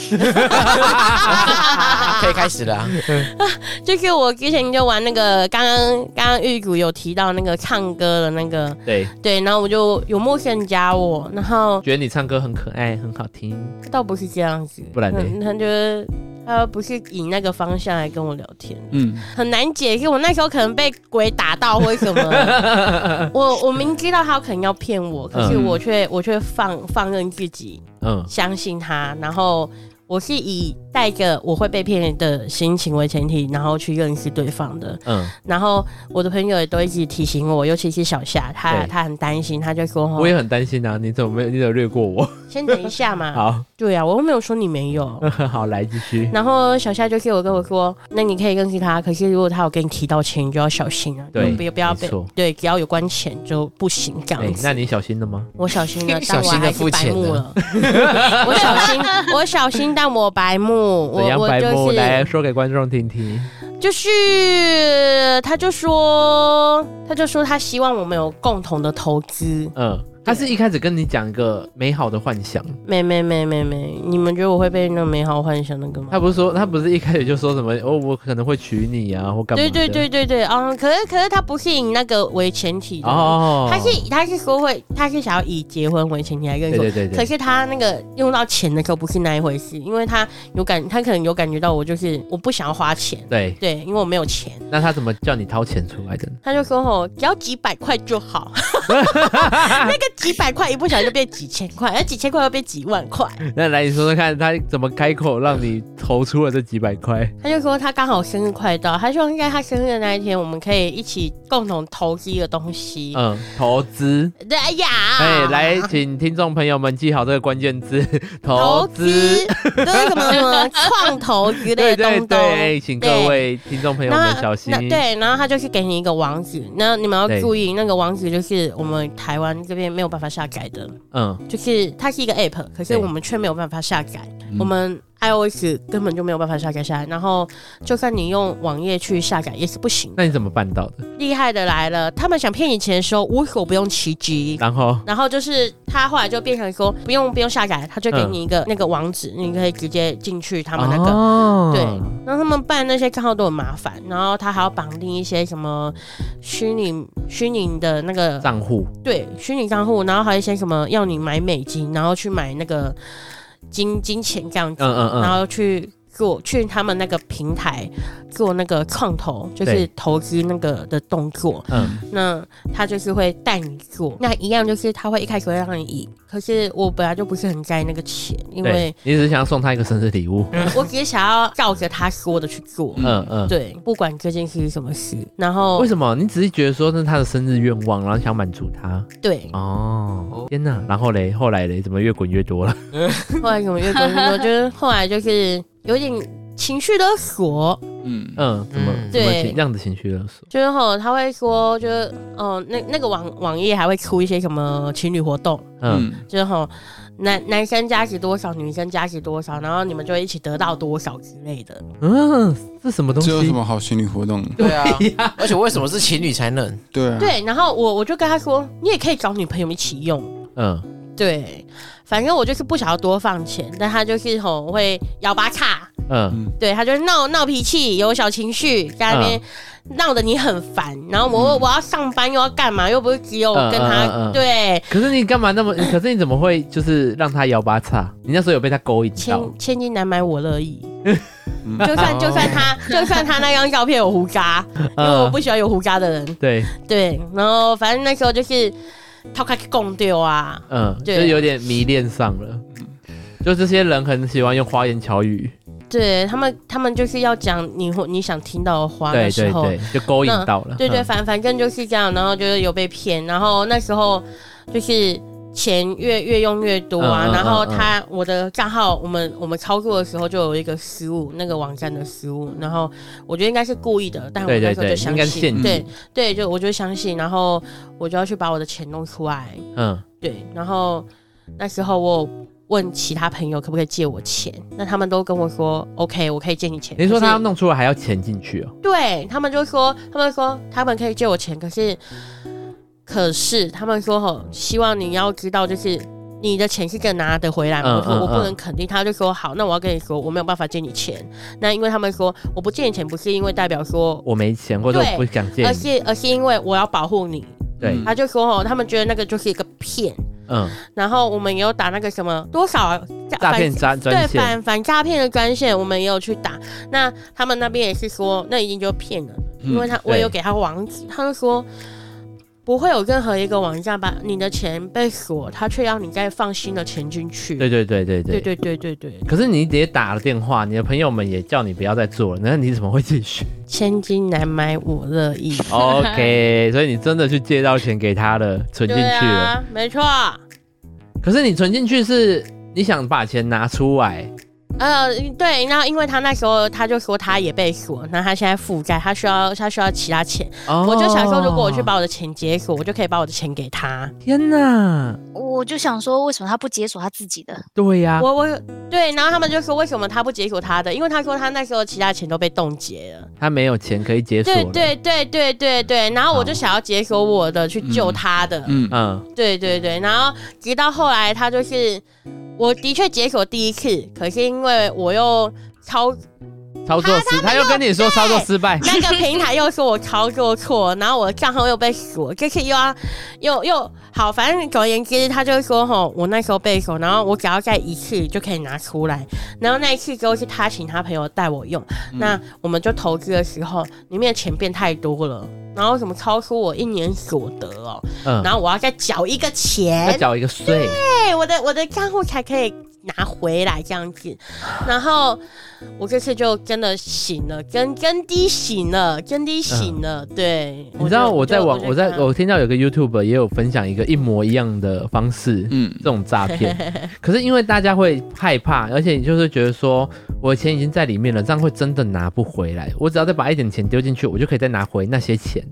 可以开始了啊。 就是我之前就玩那个，刚刚刚刚玉谷有提到那个唱歌的那个， 对， 对，然后我就有陌生人加我，然后觉得你唱歌很可爱，很好听， 倒不是这样子， 不然呢嗯他觉得他不是以那个方向来跟我聊天， 嗯， 很难解释。我那时候可能被鬼打到或什么，我我明知道他可能要骗我，可是嗯我却我却放放任自己嗯相信他，然后我是以带着我会被骗的心情为前提，然后去认识对方的。 嗯， 然后我的朋友也都一直提醒我，尤其是小夏，他对他很担心，他就说：“ 我也很担心啊，你怎么没有你怎么略过我？ 先等一下嘛。” 好， 对啊，我又没有说你没有。 好，来继续。 然后小夏就给我跟我说：“那你可以认识他，可是如果他有跟你提到钱，你就要小心啊， 对不要不要被没错对，只要有关钱就不行这哎、 样子。 那你小心了吗？ 我小心了，但小心地我还是白付钱了目了。我小心，我小心，但我白目。我怎样白目？ 我就是来说给观众听听。 就是，他就说，他就说他希望我们有共同的投资。 嗯，他是一开始跟你讲一个美好的幻想， 没没没没没，你们觉得我会被那个美好幻想那个吗？ 他不是说他不是一开始就说什么哦，我可能会娶你啊，或干嘛的？ 对对对对对，嗯，可是可是他不是以那个为前提的， 哦， 他是他是说会，他是想要以结婚为前提来认识我。 对对对对， 可是他那个用到钱的时候不是那一回事，因为他有感，他可能有感觉到我就是我不想要花钱， 对， 对，因为我没有钱， 那他怎么叫你掏钱出来的呢？ 他就说吼，只要几百块就好，那个几百块一不小心就变几千块，那几千块又变几万块， 那来你说说看，他怎么开口让你投出了这几百块？ 他就说他刚好生日快到，他说在他生日的那一天，我们可以一起共同投资一个东西。 嗯，投资。 对哎呀， 哎，来，请听众朋友们记好这个关键字，投资。 就是什么什么创投之类对对的东东。 对，哎请各位听众朋友们小心那。对，然后他就是给你一个网址，那你们要对注意，那个网址就是我们台湾这边没有办法下载的， 嗯， 就是它是一个 app，可是对我们却没有办法下载。 嗯我们 iOS 根本就没有办法下载下来，然后就算你用网页去下载也是不行的。 那你怎么办到的？ 厉害的来了，他们想骗你钱的时候无所不用其极。 然后， 然后就是他后来就变成说不用不用下载，他就给你一个、嗯、那个网址，你可以直接进去他们那个。哦、对，然后他们办那些账号都很麻烦，然后他还要绑定一些什么虚拟虚拟的那个账户， 对，虚拟账户，然后还有一些什么要你买美金，然后去买那个金金钱这样子，嗯嗯嗯然后去。做去他们那个平台做那个创投，就是投资那个的动作。嗯，那他就是会带你做，那一样就是他会一开始会让你赢。可是我本来就不是很在意那个钱，因为你只是想要送他一个生日礼物。 我只是想要照着他说的去做。嗯嗯，对，不管这件事是什么事。然后为什么你只是觉得说那是他的生日愿望，然后想满足他？ 对。 哦，天哪！然后嘞，后来嘞，怎么越滚越多了？ 后来怎么越滚越多？就是后来就是有点情绪勒索。 嗯嗯，怎么怎么这样子情绪勒索？ 就是吼，他会说，就是哦、呃，那那个网网页还会出一些什么情侣活动，嗯，就是吼男男生加值多少，女生加值多少，然后你们就会一起得到多少之类的。 嗯，这什么东西？ 这有什么好情侣活动？ 对啊，而且为什么是情侣才能？ 对啊， 对，然后我我就跟他说，你也可以找女朋友一起用。嗯。对，反正我就是不想要多放钱，但他就是吼会摇把卡，嗯，对他就是闹闹脾气，有小情绪，在那边闹得你很烦，然后我、嗯、我要上班又要干嘛，又不是只有跟他、嗯嗯嗯、对。 可是你干嘛那么？可是你怎么会就是让他摇把卡？你那时候有被他勾引到？ 千千金难买我乐意。就算就算他就算他那张照片有胡渣，因为我不喜欢有胡渣的人。 对对，然后反正那时候就是。他开始共丢啊， 嗯，就有点迷恋上了。就这些人很喜欢用花言巧语， 对他们，他们就是要讲你你想听到的话的时候， 对对对，就勾引到了。 对对，反反正就是这样，然后就是有被骗，然后那时候就是钱越越用越多啊，嗯嗯嗯嗯然后他我的账号，我们我们操作的时候就有一个失误，那个网站的失误，然后我觉得应该是故意的，但我那时候就相信，对 对, 对，就我就相信，然后我就要去把我的钱弄出来，嗯，对，然后那时候我问其他朋友可不可以借我钱，那他们都跟我说 OK， 我可以借你钱。 你说他要弄出来还要钱进去哦？ 对，他们就说，他们说他们可以借我钱，可是。可是他们说吼，希望你要知道，就是你的钱是真的拿得回来吗？嗯、我说我不能肯定。他就说好，那我要跟你说，我没有办法借你钱。那因为他们说我不借你钱，不是因为代表说我没钱或者我不想借你， 而是而是因为我要保护你。 对， 他就说吼，他们觉得那个就是一个骗。嗯，然后我们也有打那个什么多少诈骗专专线， 对反反诈骗的专线，我们也有去打。那他们那边也是说，那已经就骗了，嗯、因为他我也有给他网址，他就说。不会有任何一个网站把你的钱被锁，他却让你再放新的钱进去。 对对对对对对对对对对。 可是你直接打了电话，你的朋友们也叫你不要再做了，那你怎么会继续？ 千金难买我乐意。 OK， 所以你真的去借到钱给他了，存进去了。对啊，没错。 可是你存进去是你想把钱拿出来。 呃，对，然后因为他那时候他就说他也被锁，那他现在负债，他需要他需要其他钱，哦、我就想说，如果我去把我的钱解锁，我就可以把我的钱给他。 天哪！ 我就想说，为什么他不解锁他自己的？ 对呀、啊， 我我对，然后他们就说为什么他不解锁他的？因为他说他那时候其他钱都被冻结了， 他没有钱可以解锁。 对对对对对对，然后我就想要解锁我的去救他的，嗯嗯，对对对，然后直到后来他就是。我的确解锁第一次，可是因为我又操操作失，他又跟你说操作失败， 那个平台又说我操作错，然后我的账号又被锁，这次又要又又好，反正总而言之，他就说吼，我那时候被锁，然后我只要再一次就可以拿出来，然后那一次之后是他请他朋友带我用，嗯、那我们就投资的时候，里面的钱变太多了。然后什么超出我一年所得哦，嗯、然后我要再缴一个钱， 要缴一个税， 对，我的我的账户才可以拿回来这样子。然后我这次就真的醒了，跟跟低醒了，跟低醒了。嗯、对， 你知道我在网我在我听到有个 YouTuber 也有分享一个一模一样的方式，嗯，这种诈骗。可是因为大家会害怕，而且你就是觉得说我的钱已经在里面了，这样会真的拿不回来。我只要再把一点钱丢进去，我就可以再拿回那些钱。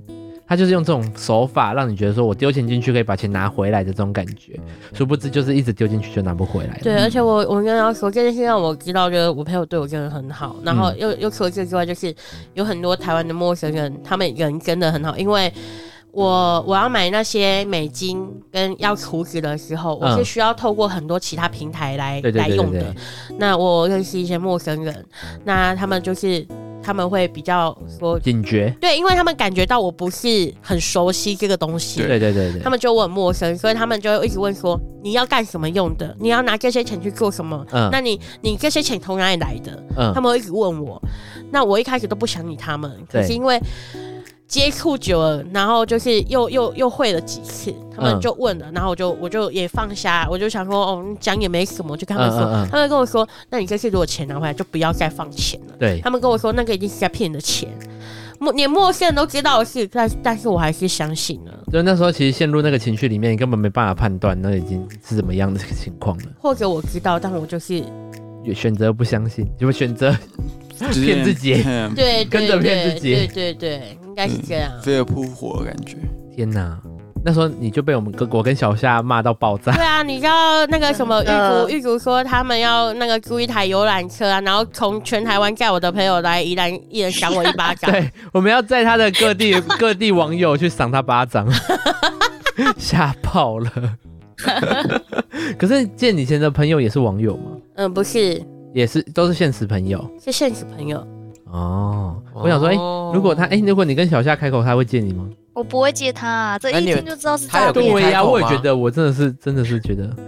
他就是用这种手法让你觉得说我丢钱进去可以把钱拿回来的这种感觉，殊不知就是一直丢进去就拿不回来了。 对，而且我我跟他说这件事让我知道，就是我朋友对我真的很好，然后又、嗯、又除了这之外，就是有很多台湾的陌生人，他们人真的很好，因为。我我要买那些美金跟要储值的时候，我是需要透过很多其他平台来、嗯、来用的。那我认识一些陌生人，那他们就是他们会比较说警觉， 对，因为他们感觉到我不是很熟悉这个东西， 对对对对， 他们觉得我很陌生，所以他们就会一直问说你要干什么用的，你要拿这些钱去做什么？嗯，那你你这些钱从哪里来的？嗯，他们会一直问我，那我一开始都不想理他们，可是因为。接触久了，然后就是又又又会了几次，他们就问了，嗯、然后我就我就也放下，我就想说，哦，讲也没什么，我就跟他们说，嗯嗯嗯他们跟我说，那你这次如果钱拿回来，就不要再放钱了。 对， 他们跟我说，那个一定是在骗你的钱，连陌生人都知道的事，但但是我还是相信了。 就那时候其实陷入那个情绪里面，你根本没办法判断那已经是怎么样的情况了。 或者我知道，但我就是选择不相信，就会选择骗自己， 对， 跟着骗自己， 对对对。应该是这样， 飞蛾扑火的感觉。 天哪，那时候你就被我们跟我跟小夏骂到爆炸。 对啊，你知道那个什么玉竹，玉竹说他们要那个租一台游览车啊，然后从全台湾载我的朋友来宜兰，一人赏我一巴掌。 对，我们要载他的各地各地网友去赏他巴掌，吓爆了。可是见以前的朋友也是网友吗？ 嗯，不是， 也是都是现实朋友， 是现实朋友。 哦，我想说，哎、欸，如果他，哎、欸，如果你跟小夏开口，他会借你吗？ 我不会借他、啊，这一听就知道是诈骗。 对呀、啊，我也觉得，我真的是，真的是觉得。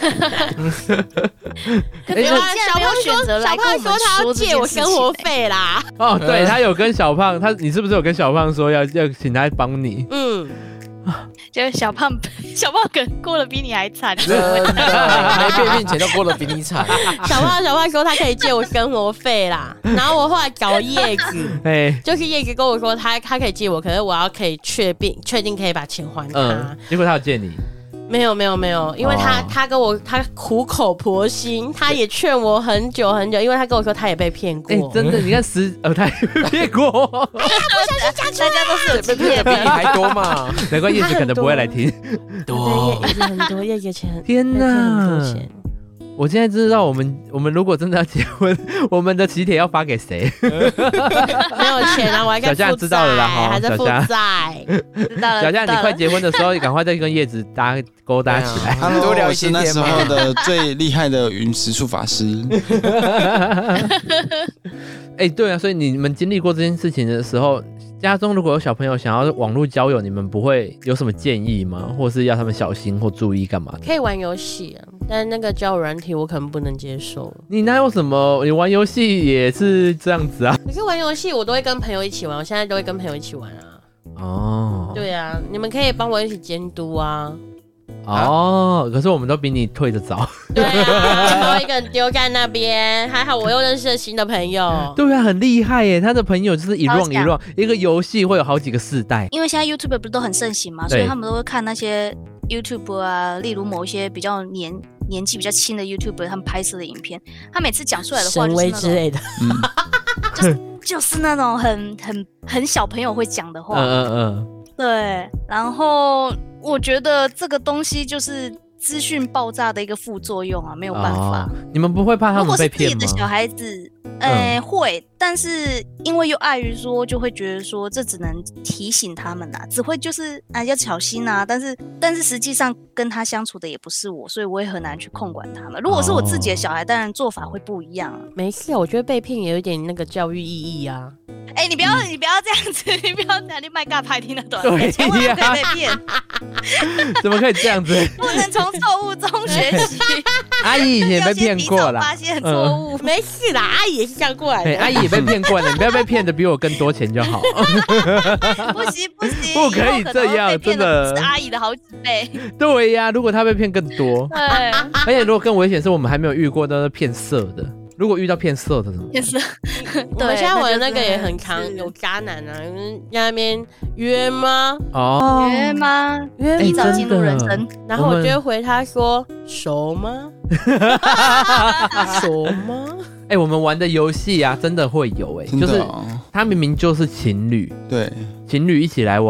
可是小胖说，小胖说他要借我生活费啦。 哦，对他有跟小胖，他你是不是有跟小胖说要要请他帮你？嗯。 就是小胖，小胖可能过得比你还惨， 真的没被骗钱都过得比你惨。 小胖，小胖说他可以借我生活费啦，然后我后来找叶子，哎，就是叶子跟我说他他可以借我，可是我要可以确定确定可以把钱还他。嗯， 结果他有借你。 没有没有没有，因为他、哦、他跟我他苦口婆心，他也劝我很久很久，因为他跟我说他也被骗过。 哎、欸，真的，你看十呃，他也被骗过。 哎呀，不小心讲出来， 大家都是有被骗，比你还多嘛。 难怪叶子可能不会来听。 多，叶子很多，叶子钱。 天哪，很多钱。我现在知道我们我们如果真的要结婚，我们的喜帖要发给谁？ 没有钱啊，我还在负债， 小夏知道了啦， 还在负债。 知道了， 小夏，你快结婚的时候，赶快再跟叶子搭勾搭起来。 他多聊一些那时候的最厉害的云石术法师。 哎、欸，对啊，所以你们经历过这件事情的时候，家中如果有小朋友想要网络交友，你们不会有什么建议吗？或是要他们小心或注意干嘛的？ 可以玩游戏啊，但那个交友软体我可能不能接受。 你哪有什么？你玩游戏也是这样子啊？ 可是玩游戏我都会跟朋友一起玩，我现在都会跟朋友一起玩啊。哦，对啊，你们可以帮我一起监督啊。 哦，可是我们都比你退得早。 对啊，我一个人丢在那边，还好我又认识了新的朋友。 对啊，很厉害耶！他的朋友就是一 round 一 round， 一个游戏会有好几个世代。 因为现在 YouTube 不是都很盛行嘛，所以他们都会看那些 YouTube 啊，例如某一些比较年年纪比较轻的 YouTuber 他们拍摄的影片，他每次讲出来的话就是那种神威之类的， 就是就是那种很很很小朋友会讲的话。嗯嗯嗯。对，然后我觉得这个东西就是资讯爆炸的一个副作用啊，没有办法。 哦、你们不会怕他们被骗吗？ 如果是自己的小孩子，呃、嗯，会，但是因为又碍于说，就会觉得说这只能提醒他们啊，只会就是啊要小心啊，但是但是实际上跟他相处的也不是我，所以我也很难去控管他们。如果是我自己的小孩，当然做法会不一样、啊。 没事，我觉得被骗也有一点那个教育意义啊。 哎、欸，你不要、嗯，你不要这样子，你不要这样，你卖尬拍听得懂，千万不可以被骗。 怎么可以这样子？ 不能从错误中学习。 阿姨以前也被骗过啦， 发现错误、 嗯，没事啦，阿姨也是这样过来的。 欸、阿姨也被骗过了，你不要被骗的比我更多钱就好。 不行不行， 不可以这样，真的是阿姨的好几倍。 对呀、啊，如果他被骗更多，对，而且如果更危险是我们还没有遇过都是骗色的。如果遇到骗色的怎么办？ 骗色， 我们现在玩的那个也很扛，有渣男啊，在那边约吗？ 哦， 约吗？约提早进入人生， 然后我就会回他说熟吗？熟吗？ 哎、欸，我们玩的游戏啊，真的会有哎、欸，就是他明明就是情侣， 对， 情侣一起来玩，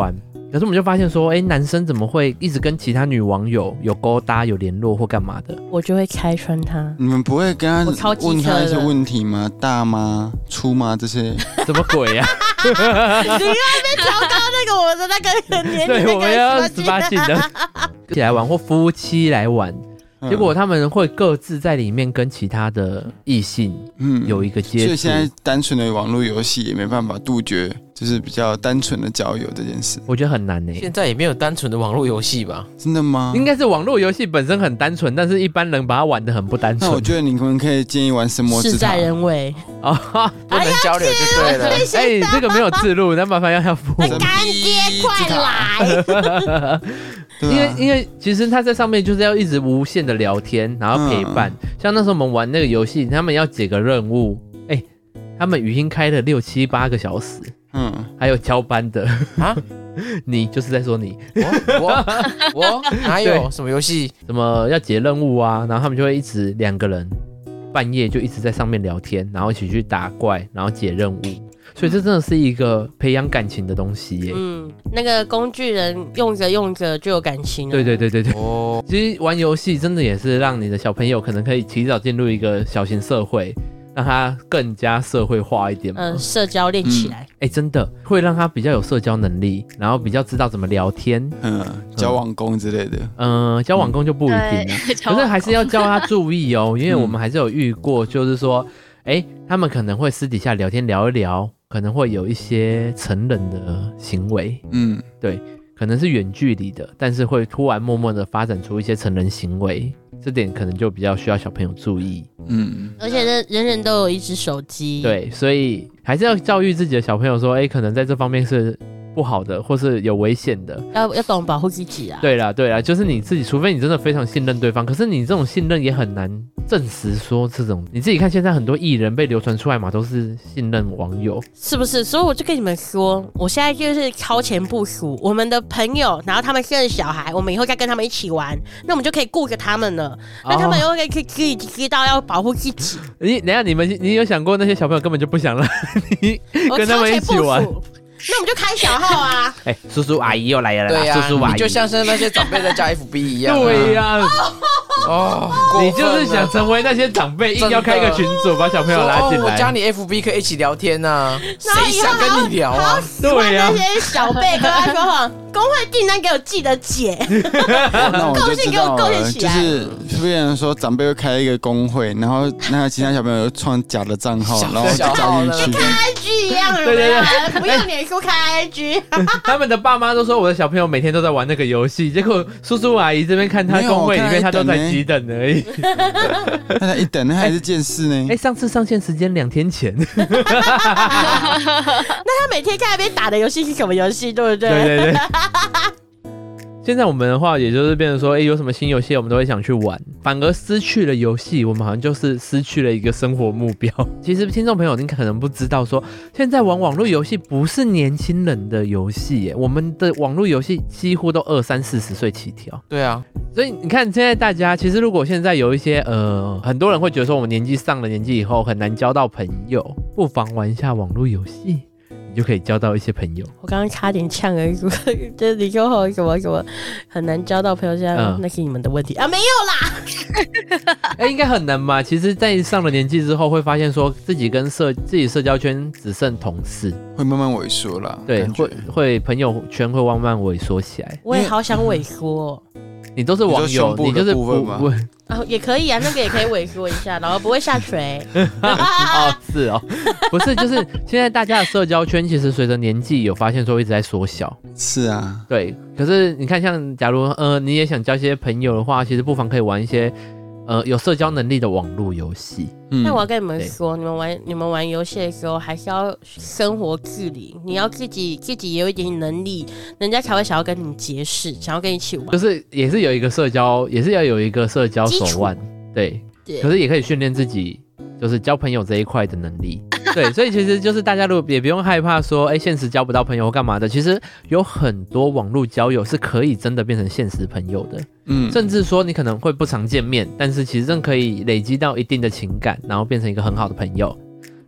可是我们就发现说，哎、欸，男生怎么会一直跟其他女网友有勾搭、有联络或干嘛的？ 我就会开穿他。 你们不会跟他问他一些问题吗？大吗？粗吗？这些什么鬼呀、啊？ 你又在那边调高那个我的那个年龄， 对，我们要十八禁的，一起来玩或夫妻来玩。结果他们会各自在里面跟其他的异性有一个接触、嗯， 所以现在单纯的网络游戏也没办法杜绝，就是比较单纯的交友这件事。 我觉得很难呢、欸。 现在也没有单纯的网络游戏吧？ 真的吗？ 应该是网络游戏本身很单纯，但是一般人把它玩得很不单纯。 那我觉得你们可以建议玩神魔之塔， 事在人为哦， 不能交流就对了。 哎、欸，这个没有自录，那麻烦要要付。 干爹快来！ 因为因为其实他在上面就是要一直无限的聊天，然后陪伴。嗯、像那时候我们玩那个游戏，他们要解个任务，哎、欸，他们语音开了六七八个小时，嗯，还有交班的啊，你就是在说你， 我我我哪有什么游戏？ 什么要解任务啊？然后他们就会一直两个人半夜就一直在上面聊天，然后一起去打怪，然后解任务。所以这真的是一个培养感情的东西耶。 嗯，那个工具人用着用着就有感情了。 对对对对对。哦，其实玩游戏真的也是让你的小朋友可能可以提早进入一个小型社会，让他更加社会化一点。 嗯、呃，社交练起来。 哎、嗯欸，真的会让他比较有社交能力，然后比较知道怎么聊天。 嗯，交网工之类的。 嗯、呃，交网工就不一定了，可是还是要教他注意哦，因为我们还是有遇过，就是说，哎、欸，他们可能会私底下聊天聊一聊。可能会有一些成人的行为，嗯，对，可能是远距离的，但是会突然默默的发展出一些成人行为，这点可能就比较需要小朋友注意， 嗯，而且人人人都有一只手机， 对，所以还是要教育自己的小朋友说，哎，可能在这方面是不好的，或是有危险的， 要要懂保护自己啊。 对啦，对啦，就是你自己，除非你真的非常信任对方，可是你这种信任也很难证实说这种，你自己看现在很多艺人被流传出来嘛，都是信任网友， 是不是？所以我就跟你们说，我现在就是超前部署，我们的朋友，然后他们生了小孩，我们以后再跟他们一起玩，那我们就可以顾着他们了，那他们又可以可以知道要保护自己。 你等一下，你们你有想过那些小朋友根本就不想让你跟他们一起玩？ 那我们就开小号啊！ 哎、欸，叔叔阿姨又来了啦！ 对呀、啊， 叔叔阿姨你就像是那些长辈在加 F B 一样、啊。 对呀、啊， 哦， 你就是想成为那些长辈，硬要开一个群组把小朋友拉进来。 哦、我加你 F B 可以一起聊天啊，谁想跟你聊啊？ 对呀、啊， 那些小辈跟他说话，工会订单给我记得解， 那我就知道了， 就是别人说长辈会开一个工会，然后那其他小朋友创假的账号，然后就加进去， 跟 I G 一样，对对对，不用脸书开 I G。 他们的爸妈都说我的小朋友每天都在玩那个游戏，结果叔叔阿姨这边看他工会里面，他都在急等而已。 他才一等，那还是见识呢。 哎、欸，上次上线时间两天前。 那他每天在那边打的游戏是什么游戏，对不对？ 对对对。现在我们的话，也就是变成说，哎、欸，有什么新游戏，我们都会想去玩，反而失去了游戏，我们好像就是失去了一个生活目标。其实听众朋友，您可能不知道说，现在玩网络游戏不是年轻人的游戏耶，我们的网络游戏几乎都二三四十岁起跳。 对啊， 所以你看，现在大家其实如果现在有一些呃，很多人会觉得说，我们年纪上了年纪以后很难交到朋友，不妨玩一下网络游戏。你就可以交到一些朋友。 我刚刚差点呛了一句，就是你说后什么什么很难交到朋友，这样、嗯、那是你们的问题啊，没有啦。 哎、欸，应该很难吧？其实，在上了年纪之后，会发现说自己跟社自己社交圈只剩同事， 会慢慢萎缩啦。 对，会会朋友圈会慢慢萎缩起来。 我也好想萎缩。 你都是网友， 你, 你就是不不哦，也可以啊，那个也可以萎缩一下，然后不会下垂。 哦，是哦，不是，就是现在大家的社交圈其实随着年纪有发现说一直在缩小。 是啊， 对。可是你看，像假如呃你也想交一些朋友的话，其实不妨可以玩一些呃有社交能力的网络游戏。 嗯，那我要跟你们说，你们玩你们玩游戏的时候，还是要生活自理，你要自己自己有一点能力，人家才会想要跟你结识，想要跟你一起玩。 就是也是有一个社交，也是要有一个社交手腕，对。对。可是也可以训练自己，就是交朋友这一块的能力。对，所以其实就是大家如果也不用害怕说，哎，现实交不到朋友或干嘛的，其实有很多网络交友是可以真的变成现实朋友的。嗯，甚至说你可能会不常见面，但是其实真可以累积到一定的情感，然后变成一个很好的朋友。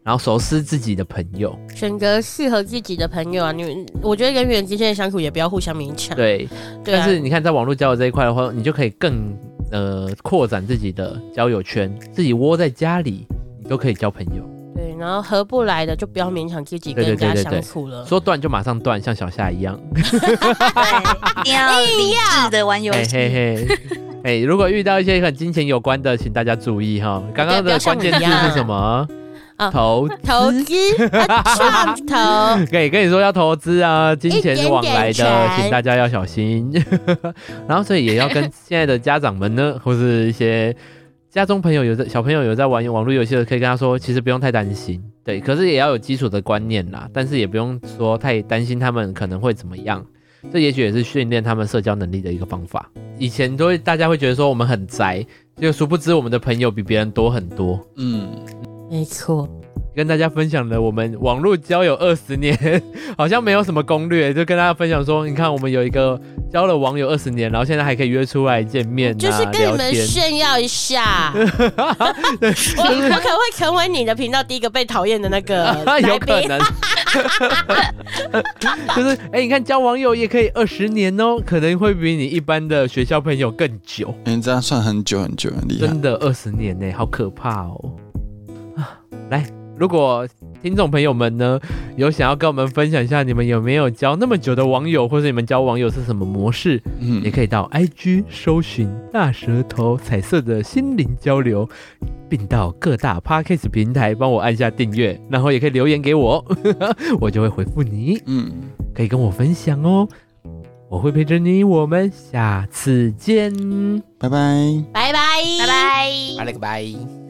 然后熟识自己的朋友， 选择适合自己的朋友啊。你我觉得人与人之间的相处也不要互相勉强。 对， 对啊、 但是你看在网络交友这一块的话，你就可以更呃扩展自己的交友圈，自己窝在家里，你都可以交朋友。 对，然后合不来的就不要勉强自己跟人家相处了。 说断就马上断，像小夏一样。 对，一定要理智的玩游戏。 嘿嘿嘿。哎，如果遇到一些和金钱有关的，请大家注意哈。刚刚的关键字是什么？ 啊、 投投资啊，投。 可以跟你说要投资啊，金钱是往来的， 点点请大家要小心。然后所以也要跟现在的家长们呢，或是一些家中朋友有在小朋友有在玩网络游戏的，可以跟他说，其实不用太担心。对，可是也要有基础的观念啦，但是也不用说太担心他们可能会怎么样。这也许也是训练他们社交能力的一个方法。以前都会大家会觉得说我们很宅，就殊不知我们的朋友比别人多很多。 嗯， 没错。 跟大家分享了我们网络交友二十年，好像没有什么攻略，就跟大家分享说，你看我们有一个交了网友二十年，然后现在还可以约出来见面、啊， 就是跟你们炫耀一下。我我可能会成为你的频道第一个被讨厌的那个来宾， 有可能。就是哎、欸，你看交网友也可以二十年哦，可能会比你一般的学校朋友更久。 哎、欸，这样算很久很久，很厉害。 真的二十年呢，好可怕哦！啊，来。如果听众朋友们呢有想要跟我们分享一下你们有没有交那么久的网友，或者你们交网友是什么模式，嗯，也可以到 I G 搜寻大舌头彩色的心灵交流，并到各大 Podcast 平台帮我按下订阅，然后也可以留言给我，我就会回复你，嗯，可以跟我分享哦，我会陪着你，我们下次见， 拜拜， 拜拜， 拜拜， 拜了个拜。